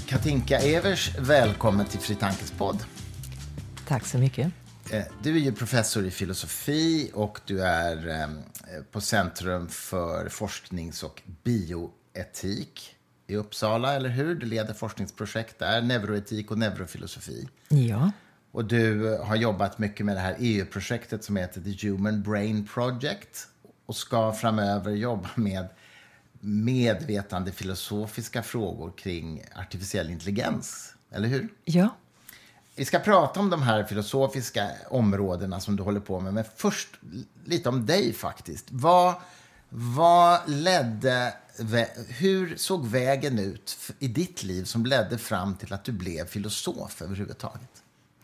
Katinka Evers, välkommen till Fri Tankes podd. Tack så mycket. Du är ju professor i filosofi och du är på Centrum för forsknings- och bioetik i Uppsala, eller hur? Du leder forskningsprojekt där, neuroetik och neurofilosofi. Ja. Och du har jobbat mycket med det här EU-projektet som heter The Human Brain Project och ska framöver jobba med medvetande filosofiska frågor kring artificiell intelligens, eller hur? Ja. Vi ska prata om de här filosofiska områdena som du håller på med, men först lite om dig faktiskt. Hur såg vägen ut i ditt liv som ledde fram till att du blev filosof överhuvudtaget?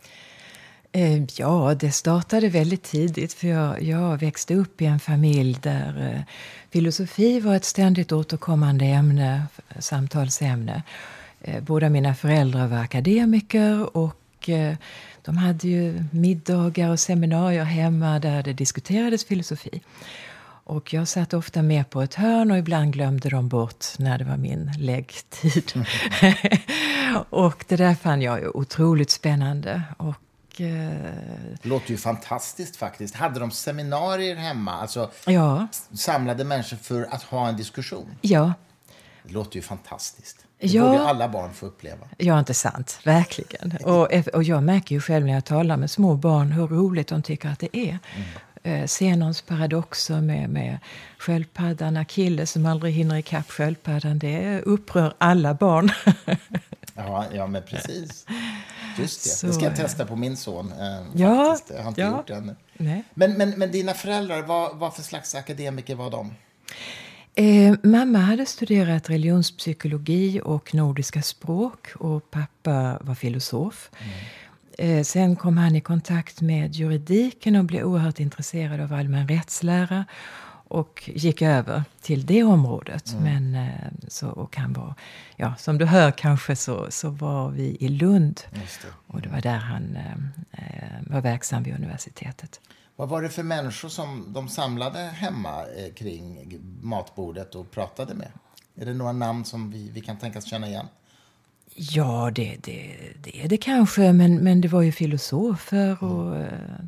Ja, det startade väldigt tidigt, för jag växte upp i en familj där filosofi var ett ständigt återkommande ämne, samtalsämne. Båda mina föräldrar var akademiker och de hade ju middagar och seminarier hemma där det diskuterades filosofi. Och jag satt ofta med på ett hörn och ibland glömde de bort när det var min läggtid. Och det där fann jag ju otroligt spännande. Och det låter ju fantastiskt faktiskt. Hade de seminarier hemma? Alltså samlade människor för att ha en diskussion? Ja. Det låter ju fantastiskt. Det borde alla barn få uppleva. Ja, inte sant. Verkligen. Och jag märker ju själv när jag talar med små barn hur roligt de tycker att det är. Zenons paradoxer med sköldpaddan, Achilles som aldrig hinner ikapp sköldpaddan. Det upprör alla barn. Ja, men precis. Just det. Så, det ska jag testa på min son. Faktiskt. Jag har inte gjort det ännu. Nej. Men dina föräldrar, vad för slags akademiker var de? Mamma hade studerat religionspsykologi och nordiska språk och pappa var filosof. Sen kom han i kontakt med juridiken och blev oerhört intresserad av allmän rättslära och gick över till det området. Men och han var, som du hör kanske så var vi i Lund. Just det. Och det var där han var verksam vid universitetet. Vad var det för människor som de samlade hemma kring matbordet och pratade med? Är det några namn som vi kan tänkas känna igen? Ja, det är det kanske. Men det var ju filosofer och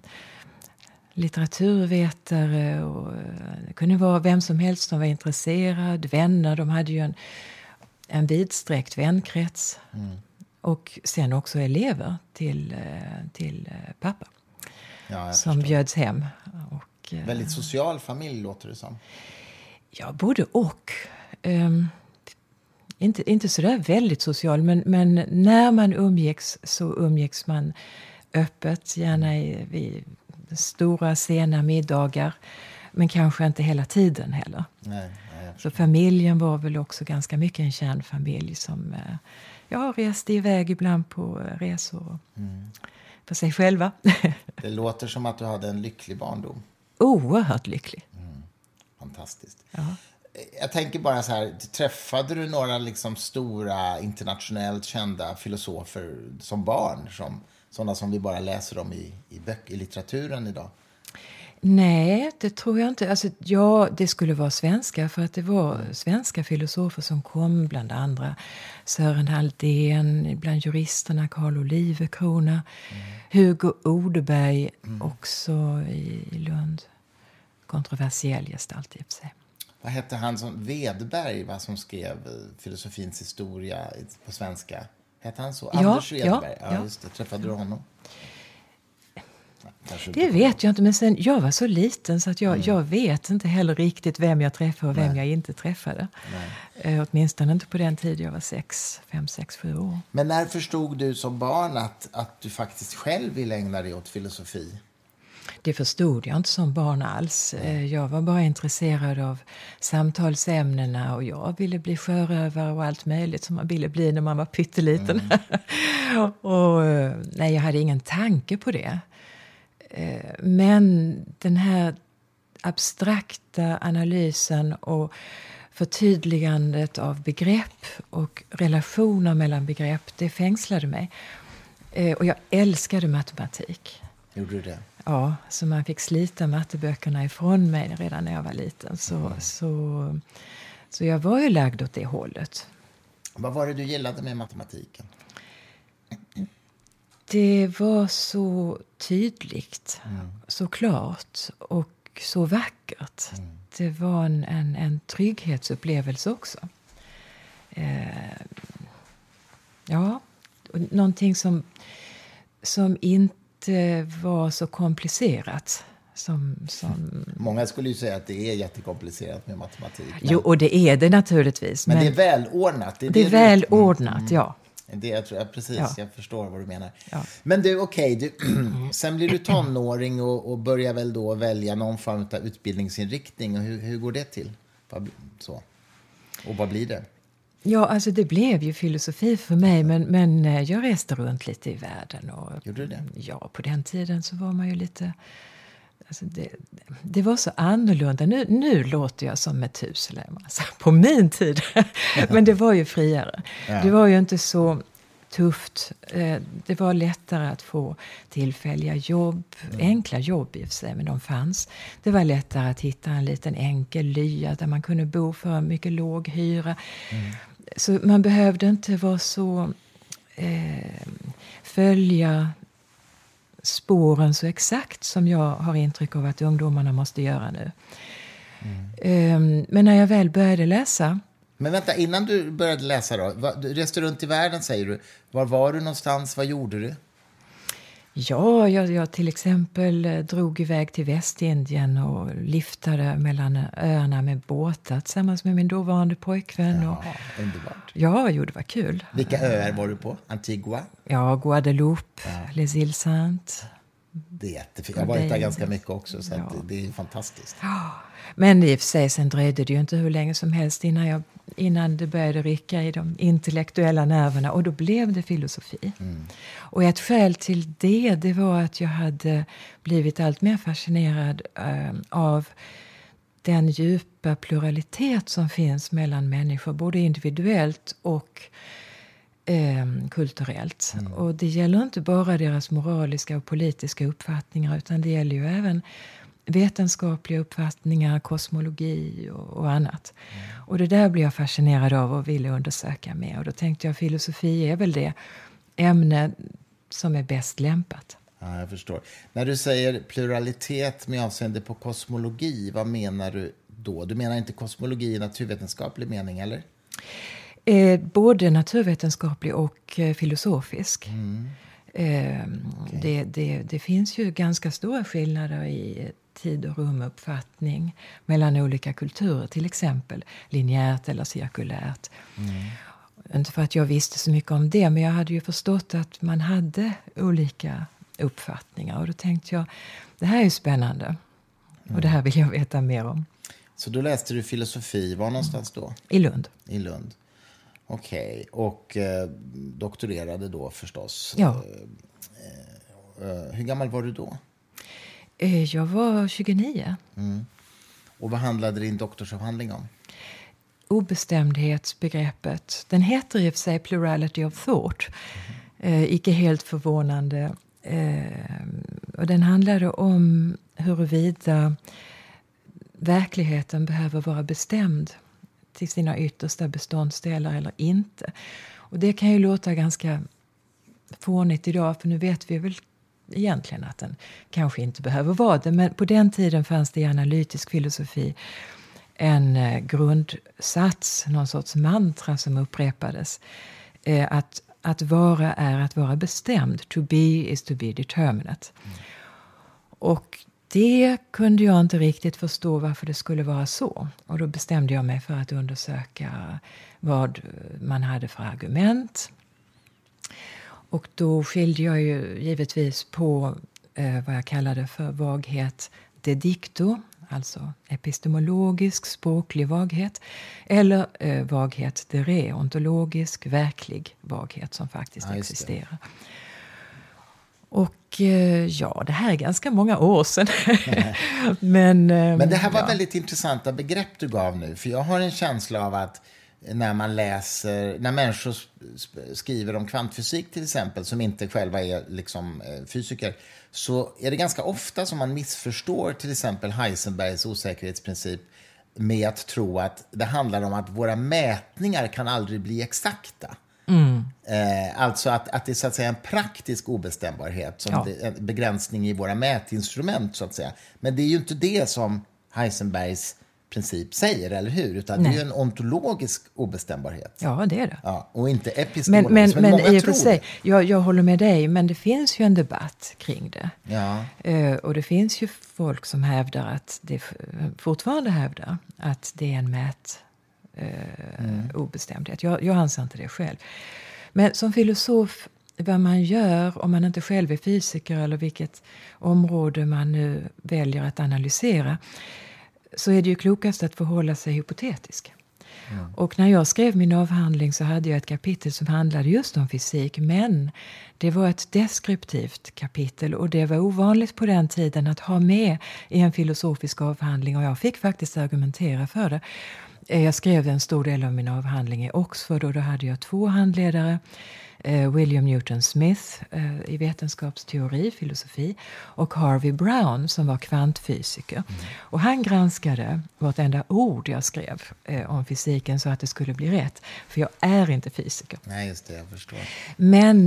litteraturvetare. Och det kunde vara vem som helst som var intresserad. Vänner, de hade ju en vidsträckt vänkrets. Och sen också elever till pappa. Ja, som bjöds hem. Och, väldigt social familj låter det som. Ja, både och. Inte så där väldigt social, men när man umgicks så umgicks man öppet, gärna vid stora sena middagar, men kanske inte hela tiden heller. Nej, så familjen var väl också ganska mycket en kärnfamilj som reste iväg ibland på resor för sig själva. Det låter som att du hade en lycklig barndom. Oerhört lycklig. Fantastiskt. Ja. Jag tänker bara så här, träffade du några liksom stora internationellt kända filosofer som barn? Sådana som vi bara läser om i litteraturen idag? Nej, det tror jag inte. Alltså, det skulle vara svenska, för att det var svenska filosofer som kom, bland andra Sören Halldén, bland juristerna Carl Olivecrona, Hugo Odeberg också i Lund. Kontroversiell gestalt i och för sig. Vad hette han som Wedberg, som skrev filosofins historia på svenska? Hette han så? Anders Wedberg. Ja, just det. Träffade du honom? Det vet jag inte, men sen jag var så liten så att jag vet inte heller riktigt vem jag träffade och vem jag inte träffade. Åtminstone inte på den tid jag var 5, 6, 7 år. Men när förstod du som barn att du faktiskt själv ville ägna dig åt filosofi? Det förstod jag inte som barn alls. Jag var bara intresserad av samtalsämnena och jag ville bli sjörövare och allt möjligt som man ville bli när man var pytteliten. Och jag hade ingen tanke på det. Men den här abstrakta analysen och förtydligandet av begrepp och relationer mellan begrepp, det fängslade mig. Och jag älskade matematik. Gjorde du det? Ja, så man fick slita matteböckerna ifrån mig redan när jag var liten. Så jag var ju lagd åt det hållet. Vad var det du gillade med matematiken? Det var så tydligt, så klart och så vackert. Det var en trygghetsupplevelse också. Ja, någonting som inte var så komplicerat. Många skulle ju säga att det är jättekomplicerat med matematik. Jo, och det är det naturligtvis. Men det är välordnat. Det är välordnat, ja. Det jag tror jag precis, Ja. jag förstår vad du menar. Ja. Men du, okej, sen blir du tonåring och börjar väl då välja någon form av utbildningsinriktning. Och hur går det till? Så. Och vad blir det? Ja, alltså det blev ju filosofi för mig, men jag reste runt lite i världen. Gjorde du det? Ja, på den tiden så var man ju lite... Alltså det var så annorlunda. Nu låter jag som Methuselah, alltså, på min tid. Men det var ju friare. Ja. Det var ju inte så tufft. Det var lättare att få tillfälliga jobb. Enkla jobb i och för sig, men de fanns. Det var lättare att hitta en liten enkel lya där man kunde bo för mycket låg hyra. Så man behövde inte vara så... följa spåren så exakt som jag har intryck av att ungdomarna måste göra nu. Men när jag väl började läsa... Men vänta, innan du började läsa då, du reste runt i världen säger du. Var var du någonstans? Vad gjorde du? Ja, jag till exempel drog iväg till Västindien och liftade mellan öarna med båtar tillsammans med min dåvarande pojkvän. Ja, underbart. Ja, jo, det var kul. Vilka öar var du på? Antigua? Ja, Guadeloupe, Les Îles Saintes. Det är jättefint. Jag har varit där ganska mycket också, så att det är fantastiskt. Ja, men i och för sig sen dröjde det ju inte hur länge som helst innan det började rycka i de intellektuella nerverna. Och då blev det filosofi. Och ett skäl till det var att jag hade blivit allt mer fascinerad av den djupa pluralitet som finns mellan människor, både individuellt och kulturellt. Och det gäller inte bara deras moraliska och politiska uppfattningar, utan det gäller ju även vetenskapliga uppfattningar, kosmologi och annat. Och det där blev jag fascinerad av och ville undersöka mer. Och då tänkte jag filosofi är väl det ämne som är bäst lämpat. Ja, jag förstår. När du säger pluralitet med avseende på kosmologi, vad menar du då? Du menar inte kosmologi i naturvetenskaplig mening, eller? Både naturvetenskaplig och filosofisk. Okay. Det finns ju ganska stora skillnader i tid- och rumuppfattning mellan olika kulturer, till exempel linjärt eller cirkulärt. Inte för att jag visste så mycket om det, men jag hade ju förstått att man hade olika uppfattningar. Och då tänkte jag, det här är ju spännande. Och det här vill jag veta mer om. Så då läste du filosofi, var någonstans då? I Lund. I Lund. Okej, och doktorerade då förstås. Ja. Hur gammal var du då? Jag var 29. Och vad handlade din doktorsavhandling om? Obestämdhetsbegreppet. Den heter i och för sig plurality of thought. Icke helt förvånande. Och den handlade om huruvida verkligheten behöver vara bestämd till sina yttersta beståndsdelar eller inte. Och det kan ju låta ganska fånigt idag, för nu vet vi väl egentligen att den kanske inte behöver vara det. Men på den tiden fanns det i analytisk filosofi en grundsats, någon sorts mantra som upprepades. Att vara är att vara bestämd. To be is to be determinate. Och det kunde jag inte riktigt förstå varför det skulle vara så. Och då bestämde jag mig för att undersöka vad man hade för argument. Och då skilde jag ju givetvis på vad jag kallade för vaghet de dicto, alltså epistemologisk, språklig vaghet, eller vaghet de re, ontologisk, verklig vaghet som faktiskt existerar. Och ja, det här är ganska många år sedan. Men det här var väldigt intressanta begrepp du gav nu. För jag har en känsla av att när människor skriver om kvantfysik till exempel, som inte själva är liksom fysiker, så är det ganska ofta som man missförstår till exempel Heisenbergs osäkerhetsprincip med att tro att det handlar om att våra mätningar kan aldrig bli exakta. Alltså att det är så att säga en praktisk obestämbarhet, som en begränsning i våra mätinstrument så att säga. Men det är ju inte det som Heisenbergs princip säger, eller hur? Utan det är ju en ontologisk obestämbarhet. Ja, det är det. Ja, och inte epistemologisk. Men många i och tror för sig, jag håller med dig, men det finns ju en debatt kring det. Ja. Och det finns ju folk som hävdar att det fortfarande hävdar att det är en obestämdhet. Jag anser inte det själv. Men som filosof, vad man gör om man inte själv är fysiker eller vilket område man nu väljer att analysera, så är det ju klokast att förhålla sig hypotetisk. Och när jag skrev min avhandling så hade jag ett kapitel som handlade just om fysik, men det var ett deskriptivt kapitel och det var ovanligt på den tiden att ha med i en filosofisk avhandling, och jag fick faktiskt argumentera för det. Jag skrev en stor del av min avhandling i Oxford och då hade jag 2 handledare. William Newton Smith i vetenskapsteori, filosofi, och Harvey Brown som var kvantfysiker. Och han granskade vartenda ord jag skrev om fysiken så att det skulle bli rätt. För jag är inte fysiker. Nej, just det, jag förstår. Men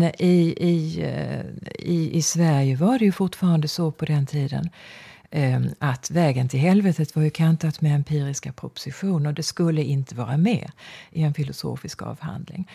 i Sverige var det ju fortfarande så på den tiden att vägen till helvetet var ju kantat med empiriska propositioner. Det skulle inte vara med i en filosofisk avhandling.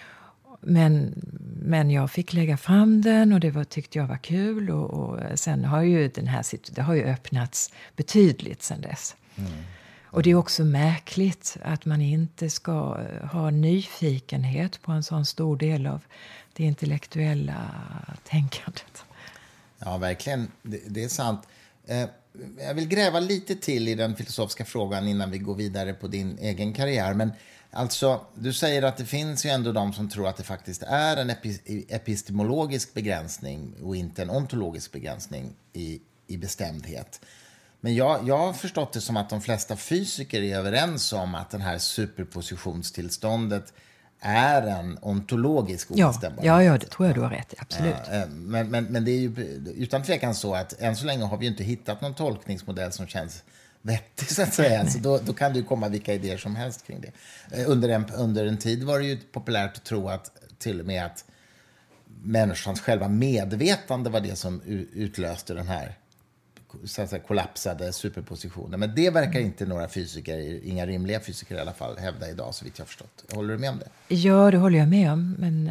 Men jag fick lägga fram den och det tyckte jag var kul. Och sen har ju det har ju öppnats betydligt sen dess. Och det är också märkligt att man inte ska ha nyfikenhet på en sån stor del av det intellektuella tänkandet. Ja, verkligen. Det är sant. Jag vill gräva lite till i den filosofiska frågan innan vi går vidare på din egen karriär. Men alltså, du säger att det finns ju ändå de som tror att det faktiskt är en epistemologisk begränsning och inte en ontologisk begränsning i bestämdhet. Men jag har förstått det som att de flesta fysiker är överens om att den här superpositionstillståndet är en ontologisk obestämbarhet. Ja, det tror jag du har rätt i, absolut. Men det är ju utan tvekan så att än så länge har vi ju inte hittat någon tolkningsmodell som känns vettig, så att säga. Så då kan det ju komma vilka idéer som helst kring det. Under en tid var det ju populärt att tro att till och med att människans själva medvetande var det som utlöste den här, så att säga, kollapsade superpositionen. Men det verkar inte några fysiker, inga rimliga fysiker i alla fall, hävda idag, så vitt jag förstått. Håller du med om det? Ja, det håller jag med om, men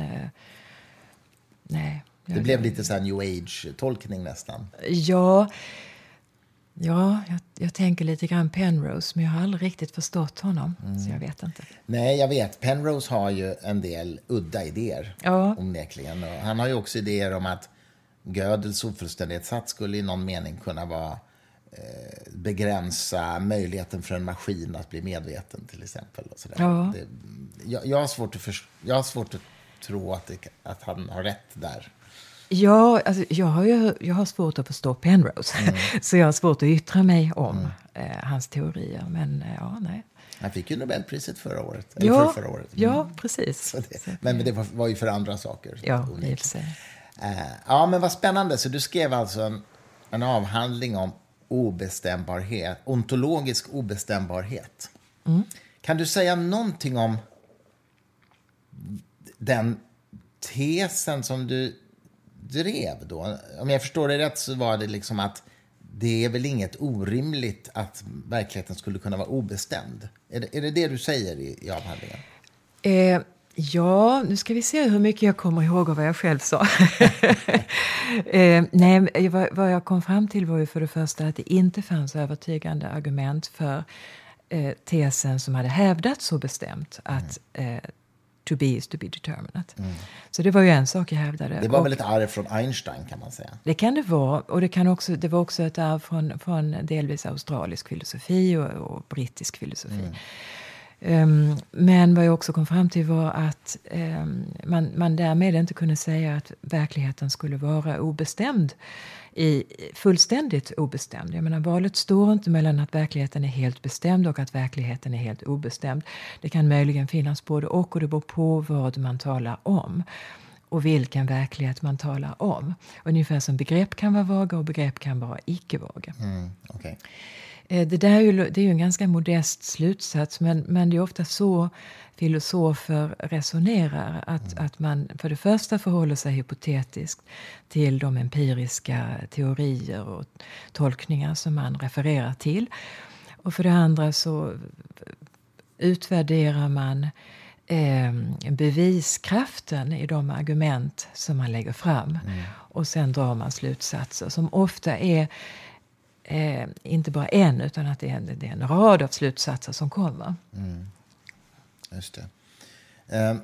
nej. Det blev lite så här new age-tolkning nästan. Ja, jag tänker lite grann Penrose, men jag har aldrig riktigt förstått honom, så jag vet inte. Nej, jag vet. Penrose har ju en del udda idéer, onekligen. Och han har ju också idéer om att Gödels ofullständighetssats skulle i någon mening kunna vara begränsa möjligheten för en maskin att bli medveten, till exempel. Och sådär. Ja. Jag har svårt att tro att han har rätt där. Ja, alltså, jag har svårt att förstå Penrose. Så jag har svårt att yttra mig om hans teorier. Men nej. Han fick ju Nobelpriset förra året. Eller förra året. Ja, precis. Men det var ju för andra saker. Ja, i och för sig. Ja, men vad spännande. Så du skrev alltså en avhandling om obestämbarhet, ontologisk obestämbarhet. Kan du säga någonting om den tesen som du drev då? Om jag förstår det rätt så var det liksom att det är väl inget orimligt att verkligheten skulle kunna vara obestämd. Är det du säger i avhandlingen? Ja, nu ska vi se hur mycket jag kommer ihåg av vad jag själv sa. Nej, vad jag kom fram till var ju för det första att det inte fanns övertygande argument för tesen som hade hävdats så bestämt att to be is to be determinate. Så det var ju en sak jag hävdade. Det var väl ett arv från Einstein, kan man säga. Det kan det vara. Och det var också ett arv från delvis australisk filosofi och brittisk filosofi. Men vad jag också kom fram till var att man därmed inte kunde säga att verkligheten skulle vara obestämd, fullständigt obestämd. Jag menar, valet står inte mellan att verkligheten är helt bestämd och att verkligheten är helt obestämd. Det kan möjligen finnas både och det beror på vad man talar om och vilken verklighet man talar om. Ungefär som begrepp kan vara vaga och begrepp kan vara icke-vaga. Okay. Det är ju en ganska modest slutsats, men det är ofta så filosofer resonerar. Att man för det första förhåller sig hypotetiskt till de empiriska teorier och tolkningar som man refererar till. Och för det andra så utvärderar man beviskraften i de argument som man lägger fram. Och sen drar man slutsatser som ofta är inte bara en, utan att det är en rad av slutsatser som kommer. Just det.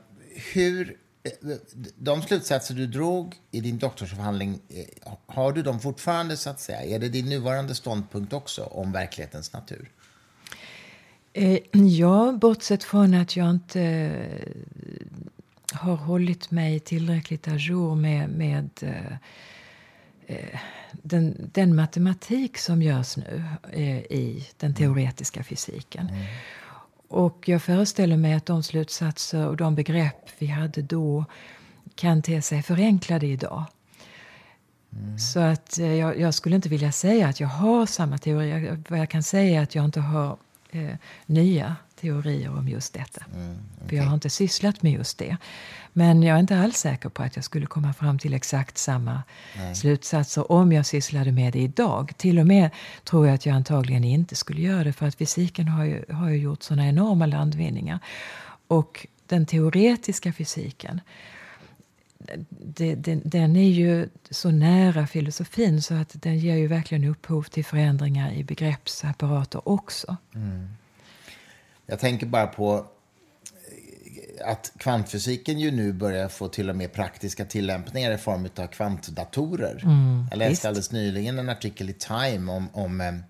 De slutsatser du drog i din doktorsavhandling, har du dem fortfarande så att säga? Är det din nuvarande ståndpunkt också om verklighetens natur? Ja, bortsett från att jag inte har hållit mig tillräckligt ajour med den matematik som görs nu i den teoretiska fysiken. Och jag föreställer mig att de slutsatser och de begrepp vi hade då kan te sig förenklade idag. Så att jag skulle inte vilja säga att jag har samma teori. Vad jag kan säga är att jag inte har nya teorier om just detta. För jag har inte sysslat med just det. Men jag är inte alls säker på att jag skulle komma fram till exakt samma slutsatser om jag sysslade med det idag. Till och med tror jag att jag antagligen inte skulle göra det, för att fysiken har ju gjort sådana enorma landvinningar. Och den teoretiska fysiken, den är ju så nära filosofin så att den ger ju verkligen upphov till förändringar i begreppsapparater också. Jag tänker bara på att kvantfysiken ju nu börjar få till och med praktiska tillämpningar i form av kvantdatorer. Jag läste alldeles nyligen en artikel i Time om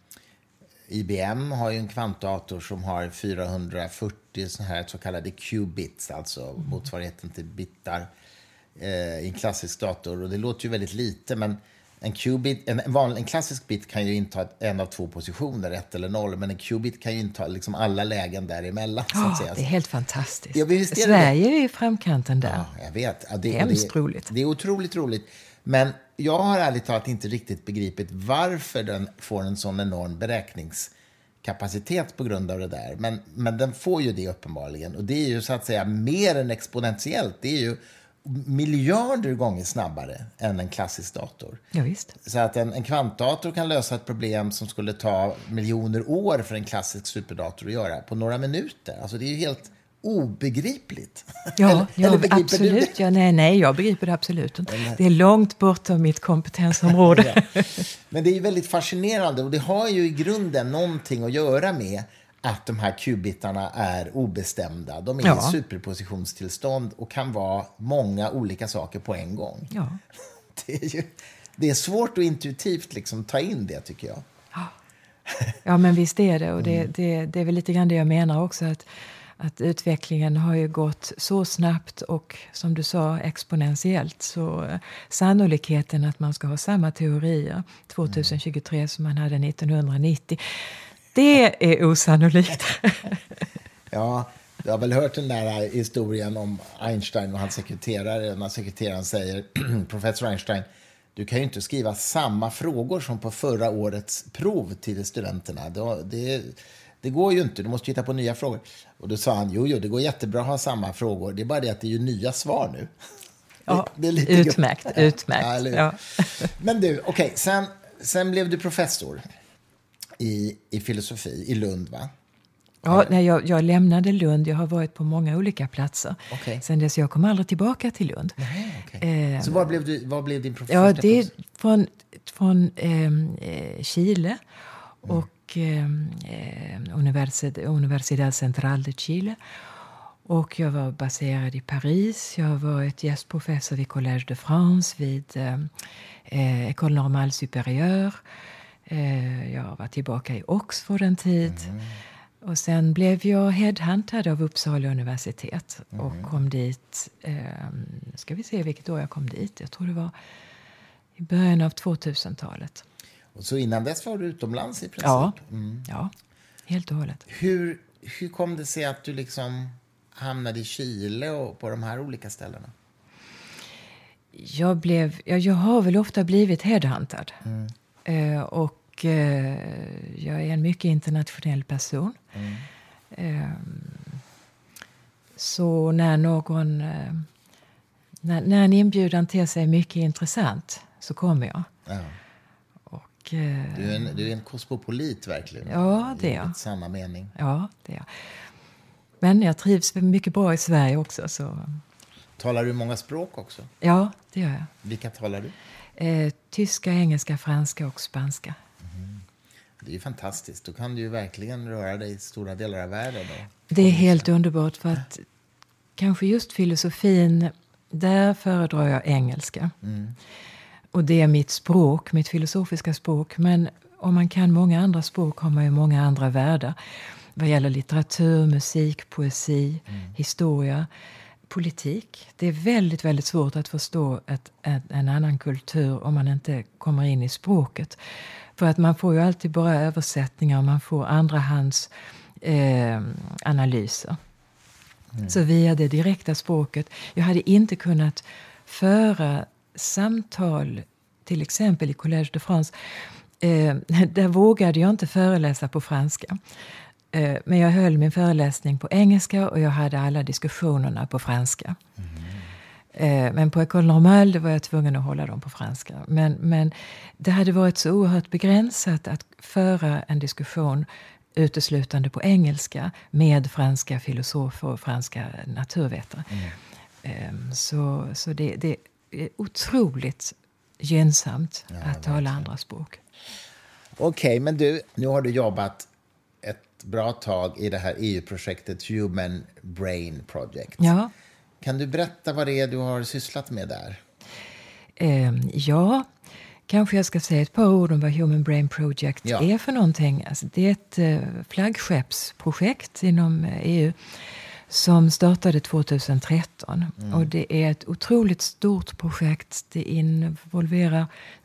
IBM har ju en kvantdator som har 440 så här så kallade qubits, alltså motsvarigheten till bitar i en klassisk dator. Och det låter ju väldigt lite, men en qubit, en klassisk bit kan ju inta en av två positioner, 1 eller 0, men en qubit kan ju inta liksom alla lägen däremellan. Så att säga. Det är helt fantastiskt. Ja, Sverige är i framkanten där. Ja, jag vet. Ja, det är hemskt roligt. Det är otroligt roligt. Men jag har ärligt talat inte riktigt begripit varför den får en sån enorm beräkningskapacitet på grund av det där. Men den får ju det uppenbarligen. Och det är ju så att säga mer än exponentiellt. Det är ju miljarder gånger snabbare än en klassisk dator. Ja, visst. Så att en kvantdator kan lösa ett problem som skulle ta miljoner år för en klassisk superdator att göra på några minuter. Alltså det är ju helt obegripligt. Ja, eller absolut. Ja, nej, jag begriper det absolut inte. Det är långt bortom mitt kompetensområde. Ja. Men det är ju väldigt fascinerande, och det har ju i grunden någonting att göra med att de här kubitarna är obestämda. De är i superpositionstillstånd och kan vara många olika saker på en gång. Ja. Det är svårt och intuitivt liksom ta in det, tycker jag. Ja, men visst är det. Och det är väl lite grann det jag menar också, att utvecklingen har ju gått så snabbt och, som du sa, exponentiellt. Så sannolikheten att man ska ha samma teorier 2023 som man hade 1990, det är osannolikt. Ja, du har väl hört den där historien om Einstein och hans sekreterare. När sekreteraren säger, professor Einstein, du kan ju inte skriva samma frågor som på förra årets prov till studenterna. Det går ju inte, du måste hitta på nya frågor. Och då sa han, jo, det går jättebra att ha samma frågor. Det är bara det att det är ju nya svar nu. Ja, det är lite utmärkt. Ja. Men du, okej, sen blev du professor i filosofi i Lund, va? Ja, nej, jag lämnade Lund. Jag har varit på många olika platser. Okay. Sen dess jag kom aldrig tillbaka till Lund. Nej, okay. Så var blev din professor? Ja, det är från Chile och Universidad Central de Chile. Och jag var baserad i Paris. Jag var ett gästprofessor vid Collège de France, vid École Normale Supérieure. Jag var tillbaka i Oxford en tid. Och sen blev jag headhuntad av Uppsala universitet och kom dit. Ska vi se vilket år jag kom dit. Jag tror det var i början av 2000-talet. Och så innan dess var du utomlands i princip? Ja, helt och hållet. Hur kom det sig att du liksom hamnade i Chile och på de här olika ställena? Jag har väl ofta blivit headhuntad. Och jag är en mycket internationell person. Så när när en inbjudan ter sig mycket intressant så kommer jag. Ja. Och, Du är en kosmopolit verkligen. Ja, det är jag. I sanna mening. Ja, det är jag. Men jag trivs mycket bra i Sverige också. Så. Talar du många språk också? Ja, det gör jag. Vilka talar du? Tyska, engelska, franska och spanska. Det är ju fantastiskt. Då kan du ju verkligen röra dig i stora delar av världen. Det är helt underbart för att kanske just filosofin, där föredrar jag engelska. Och det är mitt språk, mitt filosofiska språk. Men om man kan många andra språk har man ju många andra världar. Vad gäller litteratur, musik, poesi, historia, politik. Det är väldigt, väldigt svårt att förstå en annan kultur om man inte kommer in i språket. För att man får ju alltid bara översättningar och man får andrahands analyser. Så via det direkta språket. Jag hade inte kunnat föra samtal till exempel i Collège de France. Där vågade jag inte föreläsa på franska. Men jag höll min föreläsning på engelska och jag hade alla diskussionerna på franska. Men på École Normale var jag tvungen att hålla dem på franska. Men det hade varit så oerhört begränsat att föra en diskussion uteslutande på engelska med franska filosofer och franska naturvetare. Så det är otroligt gynnsamt att tala andra språk. Okej, men nu har du jobbat ett bra tag i det här EU-projektet Human Brain Project. Ja. Kan du berätta vad det är du har sysslat med där? Ja, kanske jag ska säga ett par ord om vad Human Brain Project är för någonting. Alltså, det är ett flaggskeppsprojekt inom EU som startade 2013. Och det är ett otroligt stort projekt. Det involverar,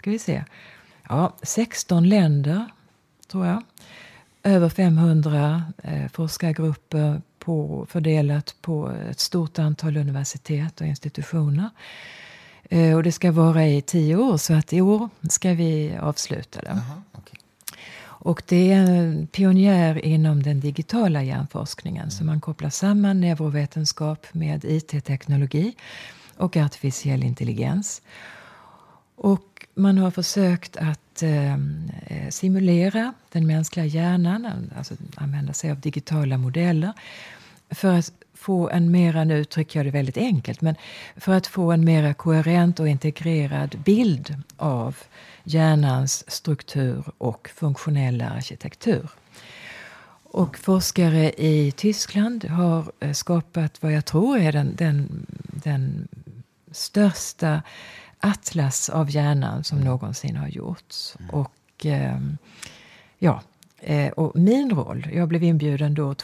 16 länder, tror jag. Över 500 forskargrupper fördelat på ett stort antal universitet och institutioner. Och det ska vara i 10 år, så att i år ska vi avsluta det. Okay. Och det är en pionjär inom den digitala hjärnforskningen. Så man kopplar samman neurovetenskap med IT-teknologi och artificiell intelligens. Och man har försökt att simulera den mänskliga hjärnan, alltså använda sig av digitala modeller för att få en mera, nu uttrycker jag det väldigt enkelt, men för att få en mera koherent och integrerad bild av hjärnans struktur och funktionella arkitektur. Och forskare i Tyskland har skapat vad jag tror är den största atlas av hjärnan som någonsin har gjorts. Och och min roll, jag blev inbjuden då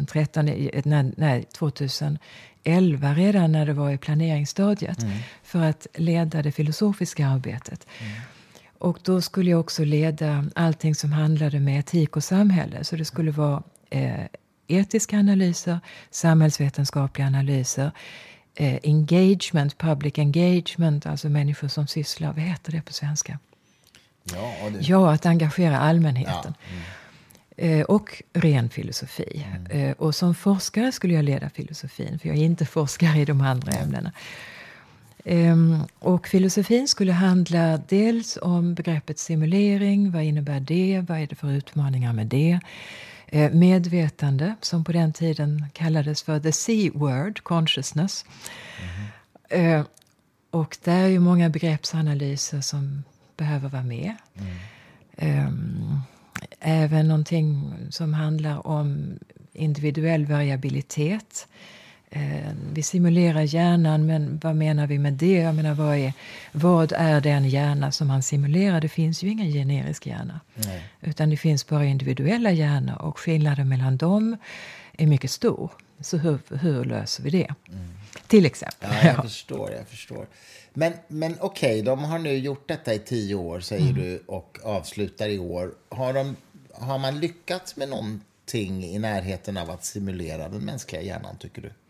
2011 redan när det var i planeringsstadiet för att leda det filosofiska arbetet. Och då skulle jag också leda allting som handlade med etik och samhälle. Så det skulle vara etiska analyser, samhällsvetenskapliga analyser, engagement, public engagement, alltså människor som sysslar, vad heter det på svenska? Att engagera allmänheten. Och ren filosofi. Och som forskare skulle jag leda filosofin, för jag är inte forskare i de andra ämnena. Och filosofin skulle handla dels om begreppet simulering, vad innebär det, vad är det för utmaningar med det? Medvetande, som på den tiden kallades för the C-word, consciousness. Och där är ju många begreppsanalyser som behöver vara med. Även någonting som handlar om individuell variabilitet. Vi simulerar hjärnan, men vad menar vi med det? Jag menar, vad är den hjärna som man simulerar? Det finns ju ingen generisk hjärna. Nej. Utan det finns bara individuella hjärnor, och skillnaden mellan dem är mycket stor. Så hur löser vi det? Till exempel. Ja, jag förstår. Men okej, de har nu gjort detta i 10 år, säger du, och avslutar i år. Har man lyckats med någonting i närheten av att simulera den mänskliga hjärnan, tycker du?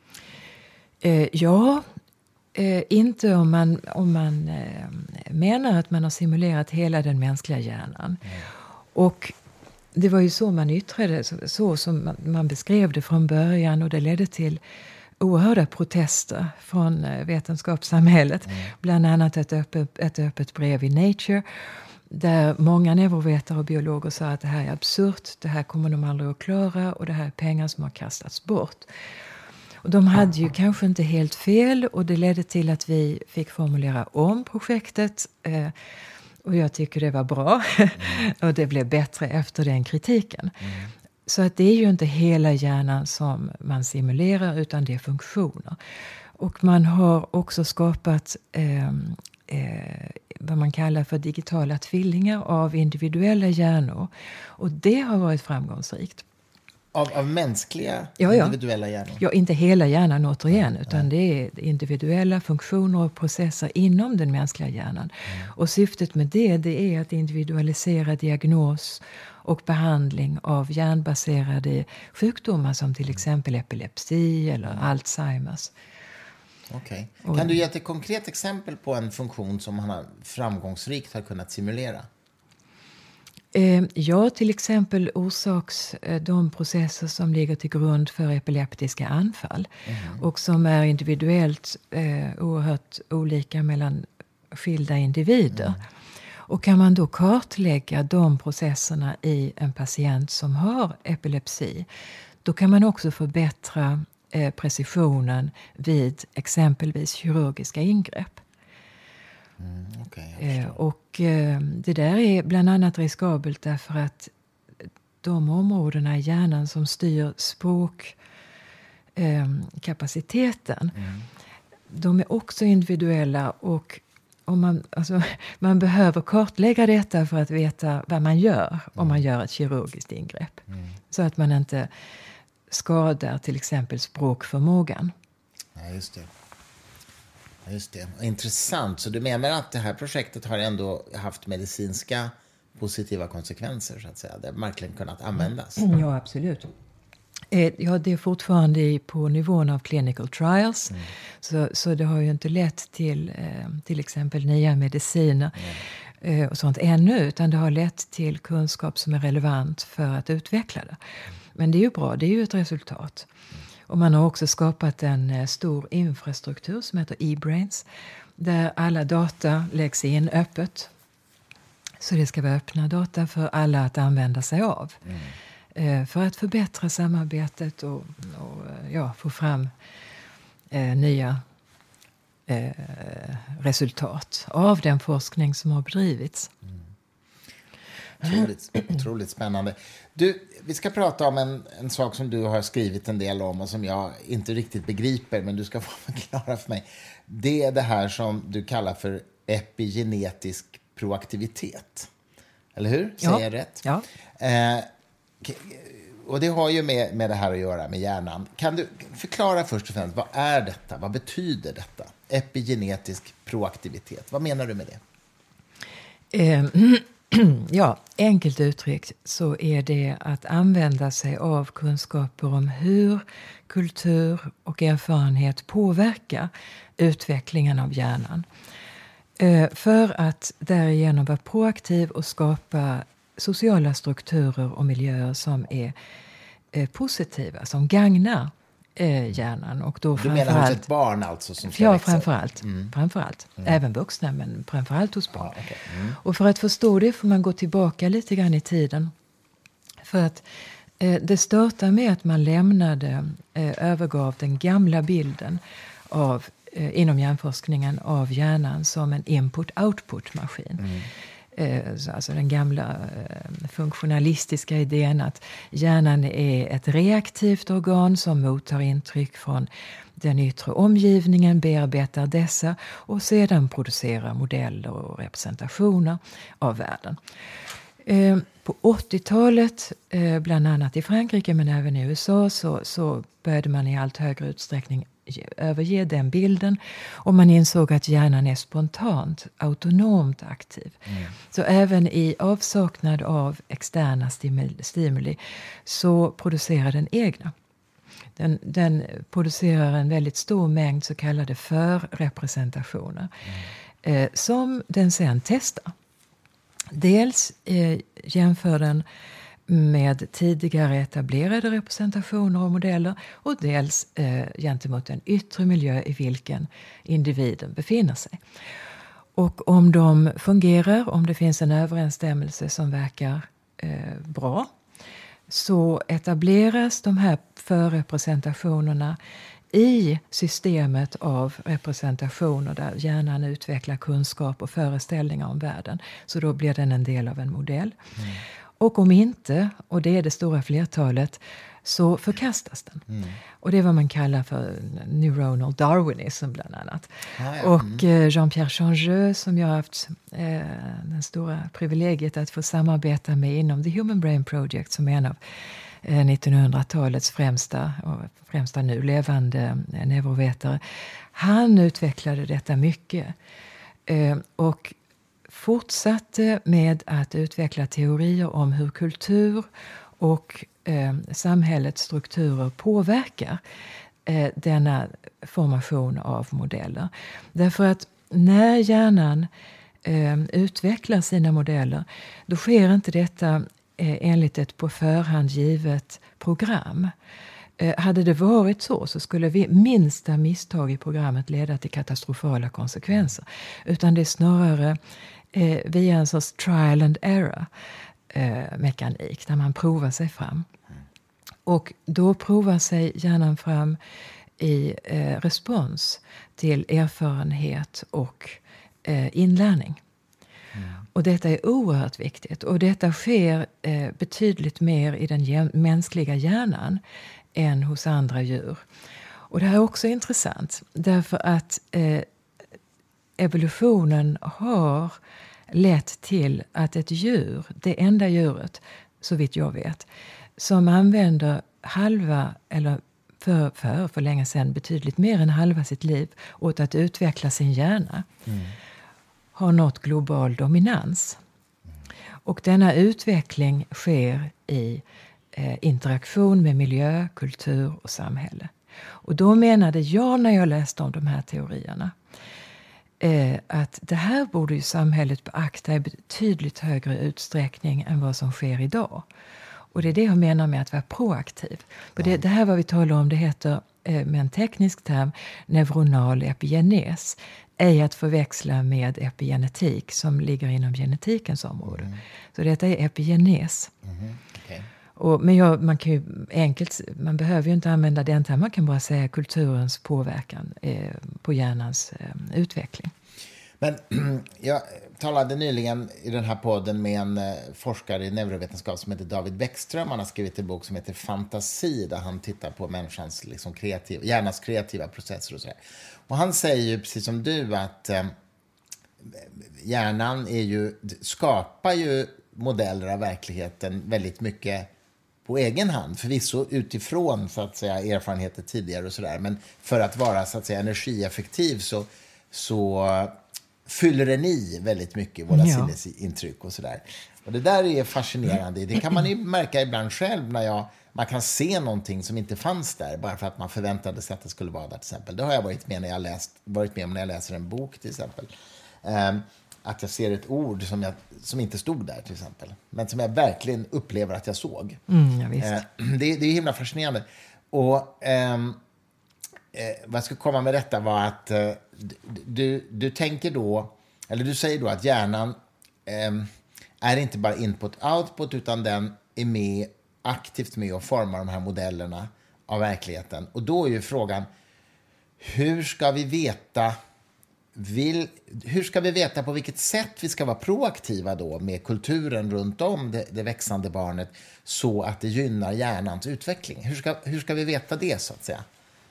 Inte om man menar att man har simulerat hela den mänskliga hjärnan. Och det var ju så man yttrade, så som man beskrev det från början, och det ledde till oerhörda protester från vetenskapssamhället. Bland annat ett öppet brev i Nature, där många neurovetare och biologer sa att det här är absurt, det här kommer de aldrig att klara, och det här är pengar som har kastats bort. Och de hade ju kanske inte helt fel, och det ledde till att vi fick formulera om projektet. Och jag tycker det var bra. Och det blev bättre efter den kritiken. Så att det är ju inte hela hjärnan som man simulerar, utan det är funktioner. Och man har också skapat vad man kallar för digitala tvillingar av individuella hjärnor. Och det har varit framgångsrikt. Av mänskliga individuella hjärnor? Ja, inte hela hjärnan återigen, utan det är individuella funktioner och processer inom den mänskliga hjärnan. Och syftet med det är att individualisera diagnos och behandling av hjärnbaserade sjukdomar som till exempel epilepsi eller Alzheimers. Okej. Kan du ge ett konkret exempel på en funktion som han framgångsrikt har kunnat simulera? Ja, till exempel de processer som ligger till grund för epileptiska anfall. Och som är individuellt oerhört olika mellan skilda individer. Och kan man då kartlägga de processerna i en patient som har epilepsi, då kan man också förbättra precisionen vid exempelvis kirurgiska ingrepp. Och det där är bland annat riskabelt därför att de områdena i hjärnan som styr språkkapaciteten, de är också individuella, och om man behöver kartlägga detta för att veta vad man gör om man gör ett kirurgiskt ingrepp. Så att man inte skadar till exempel språkförmågan. Ja, just det. Just det. Intressant. Så du menar att det här projektet har ändå haft medicinska positiva konsekvenser, så att säga? Det har verkligen kunnat användas? Ja, absolut. Ja, det är fortfarande på nivån av clinical trials. Så det har ju inte lett till exempel nya mediciner och sånt ännu, utan det har lett till kunskap som är relevant för att utveckla det. Men det är ju bra, det är ju ett resultat. Och man har också skapat en stor infrastruktur som heter eBrains, där alla data läggs in öppet. Så det ska vara öppna data för alla att använda sig av. För att förbättra samarbetet och få fram nya resultat av den forskning som har bedrivits. Otroligt spännande. Du, vi ska prata om en sak som du har skrivit en del om och som jag inte riktigt begriper, men du ska få förklara för mig. Det är det här som du kallar för epigenetisk proaktivitet. Eller hur? Säger jag rätt? Ja. Och det har ju med det här att göra, med hjärnan. Kan du förklara först och främst, vad är detta? Vad betyder detta? Epigenetisk proaktivitet. Vad menar du med det? Ja, enkelt uttryckt så är det att använda sig av kunskaper om hur kultur och erfarenhet påverkar utvecklingen av hjärnan. För att därigenom vara proaktiv och skapa sociala strukturer och miljöer som är positiva, som gagnar hjärnan. Och då du menar hos ett barn alltså? Som ja, framförallt. Även vuxna, men framförallt hos barn. Ja, okay. Och för att förstå det får man gå tillbaka lite grann i tiden. För att det startar med att man övergav den gamla bilden av inom hjärnforskningen av hjärnan som en input-output-maskin. Alltså den gamla funktionalistiska idén att hjärnan är ett reaktivt organ som mottar intryck från den yttre omgivningen, bearbetar dessa och sedan producerar modeller och representationer av världen. På 80-talet, bland annat i Frankrike men även i USA, så började man i allt högre utsträckning överge den bilden, och man insåg att hjärnan är spontant, autonomt aktiv. Så även i avsaknad av externa stimuli så producerar den egna. Den producerar en väldigt stor mängd så kallade förrepresentationer som den sen testar. Dels jämför den med tidigare etablerade representationer och modeller och dels gentemot den yttre miljö i vilken individen befinner sig. Och om de fungerar, om det finns en överensstämmelse som verkar bra, så etableras de här förrepresentationerna i systemet av representationer där hjärnan utvecklar kunskap och föreställningar om världen. Så då blir den en del av en modell. Mm. Och om inte, och det är det stora flertalet, så förkastas den. Mm. Och det är vad man kallar för neuronal darwinism bland annat. Och Jean-Pierre Changeux, som jag har haft den stora privilegiet att få samarbeta med inom The Human Brain Project, som är en av 1900-talets främsta nu levande neurovetare. Han utvecklade detta mycket och fortsatte med att utveckla teorier om hur kultur och samhällets strukturer påverkar denna formation av modeller. Därför att när hjärnan utvecklar sina modeller, då sker inte detta enligt ett på förhand givet program. Hade det varit så skulle minsta misstag i programmet leda till katastrofala konsekvenser. Utan det är snarare via en sorts trial and error mekanik där man provar sig fram. Och då provar sig hjärnan fram i respons till erfarenhet och inlärning. Och detta är oerhört viktigt. Och detta sker betydligt mer i den mänskliga hjärnan än hos andra djur. Och det här är också intressant. Därför att evolutionen har lett till att ett djur, det enda djuret, så vitt jag vet, som använder halva, eller för länge sedan betydligt mer än halva sitt liv åt att utveckla sin hjärna, har nått global dominans. Och denna utveckling sker i interaktion med miljö, kultur och samhälle. Och då menade jag, när jag läste om de här teorierna, att det här borde ju samhället beakta i betydligt högre utsträckning än vad som sker idag. Och det är det jag menar med att vara proaktiv. För det här vad vi talar om, det heter med en teknisk term neuronal epigenes. Ej att förväxla med epigenetik som ligger inom genetikens område. Så detta är epigenes. Okay. Men man kan ju man behöver ju inte använda den termen, man kan bara säga kulturens påverkan på hjärnans utveckling. Men jag talade nyligen i den här podden med en forskare i neurovetenskap som heter David Bäckström. Han har skrivit en bok som heter Fantasi, där han tittar på människans liksom hjärnans kreativa processer och sådär. Och han säger ju precis som du att hjärnan skapar ju modeller av verkligheten väldigt mycket på egen hand, förvisso utifrån så att säga erfarenheter tidigare och sådär, men för att vara så att säga energieffektiv så fyller den i väldigt mycket våra sinnesintryck och sådär. Och det där är fascinerande. Det kan man ju märka ibland själv när man kan se någonting som inte fanns där bara för att man förväntade sig att det skulle vara där till exempel. Det har jag varit med om när jag läser en bok till exempel. Att jag ser ett ord som inte stod där till exempel. Men som jag verkligen upplever att jag såg. Det är himla fascinerande. Och vad jag skulle komma med detta var att du tänker då, eller du säger då att hjärnan är inte bara input-output, utan den är aktivt med att forma de här modellerna av verkligheten. Och då är ju frågan, hur ska vi veta på vilket sätt vi ska vara proaktiva då med kulturen runt om det växande barnet så att det gynnar hjärnans utveckling? Hur ska vi veta det så att säga?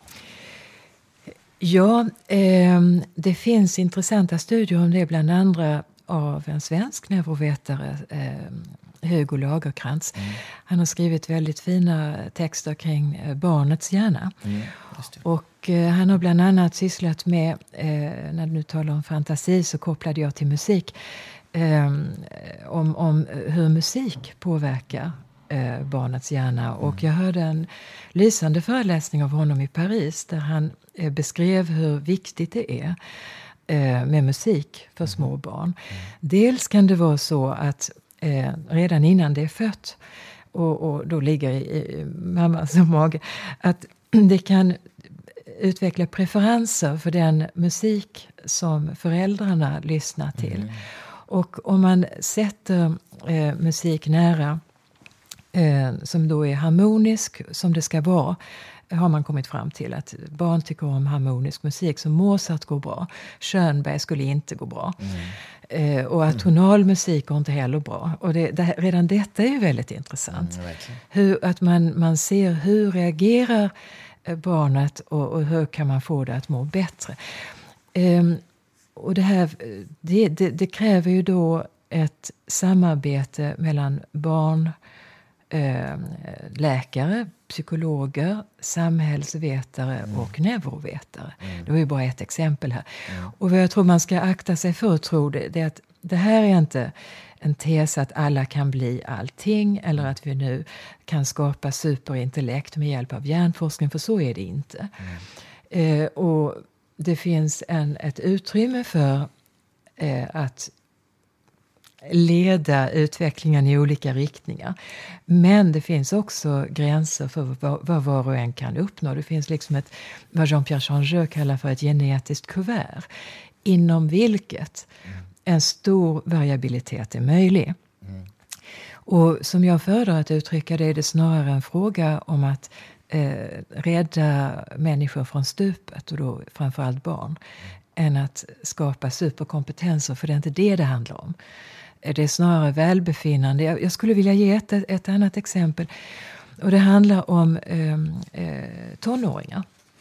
Ja, det finns intressanta studier om det, bland andra av en svensk neurovetare, Hugo Lagerkrantz. Han har skrivit väldigt fina texter kring barnets hjärna. Och han har bland annat sysslat med, när du nu talar om fantasi så kopplade jag till musik, om hur musik påverkar barnets hjärna. Och jag hörde en lysande föreläsning av honom i Paris där han beskrev hur viktigt det är med musik för små barn. Dels kan det vara så att redan innan det är fött och då ligger i mammas mage, att det kan utveckla preferenser för den musik som föräldrarna lyssnar till. Och om man sätter musik nära som då är harmonisk som det ska vara, har man kommit fram till att barn tycker om harmonisk musik. Så Mozart går bra. Schönberg skulle inte gå bra. Och att tonal musik går inte heller bra. Och redan detta är ju väldigt intressant. Att man ser hur reagerar barnet och hur kan man få det att må bättre. Och det kräver ju då ett samarbete mellan barn, läkare, psykologer, samhällsvetare och neurovetare. Det var ju bara ett exempel här. Och vad jag tror man ska akta sig för att tro det är att det här är inte en tes att alla kan bli allting eller att vi nu kan skapa superintellekt med hjälp av hjärnforskning, för så är det inte. Och det finns ett utrymme för att leda utvecklingen i olika riktningar. Men det finns också gränser för vad var och en kan uppnå. Det finns liksom vad Jean-Pierre Changeux kallar för ett genetiskt kuvert, inom vilket en stor variabilitet är möjlig. Och som jag föredrar att uttrycka det, är det snarare en fråga om att rädda människor från stupet, och då framförallt barn, än att skapa superkompetenser, för det är inte det handlar om. Det är snarare välbefinnande. Jag skulle vilja ge ett annat exempel. Och det handlar om tonåringar.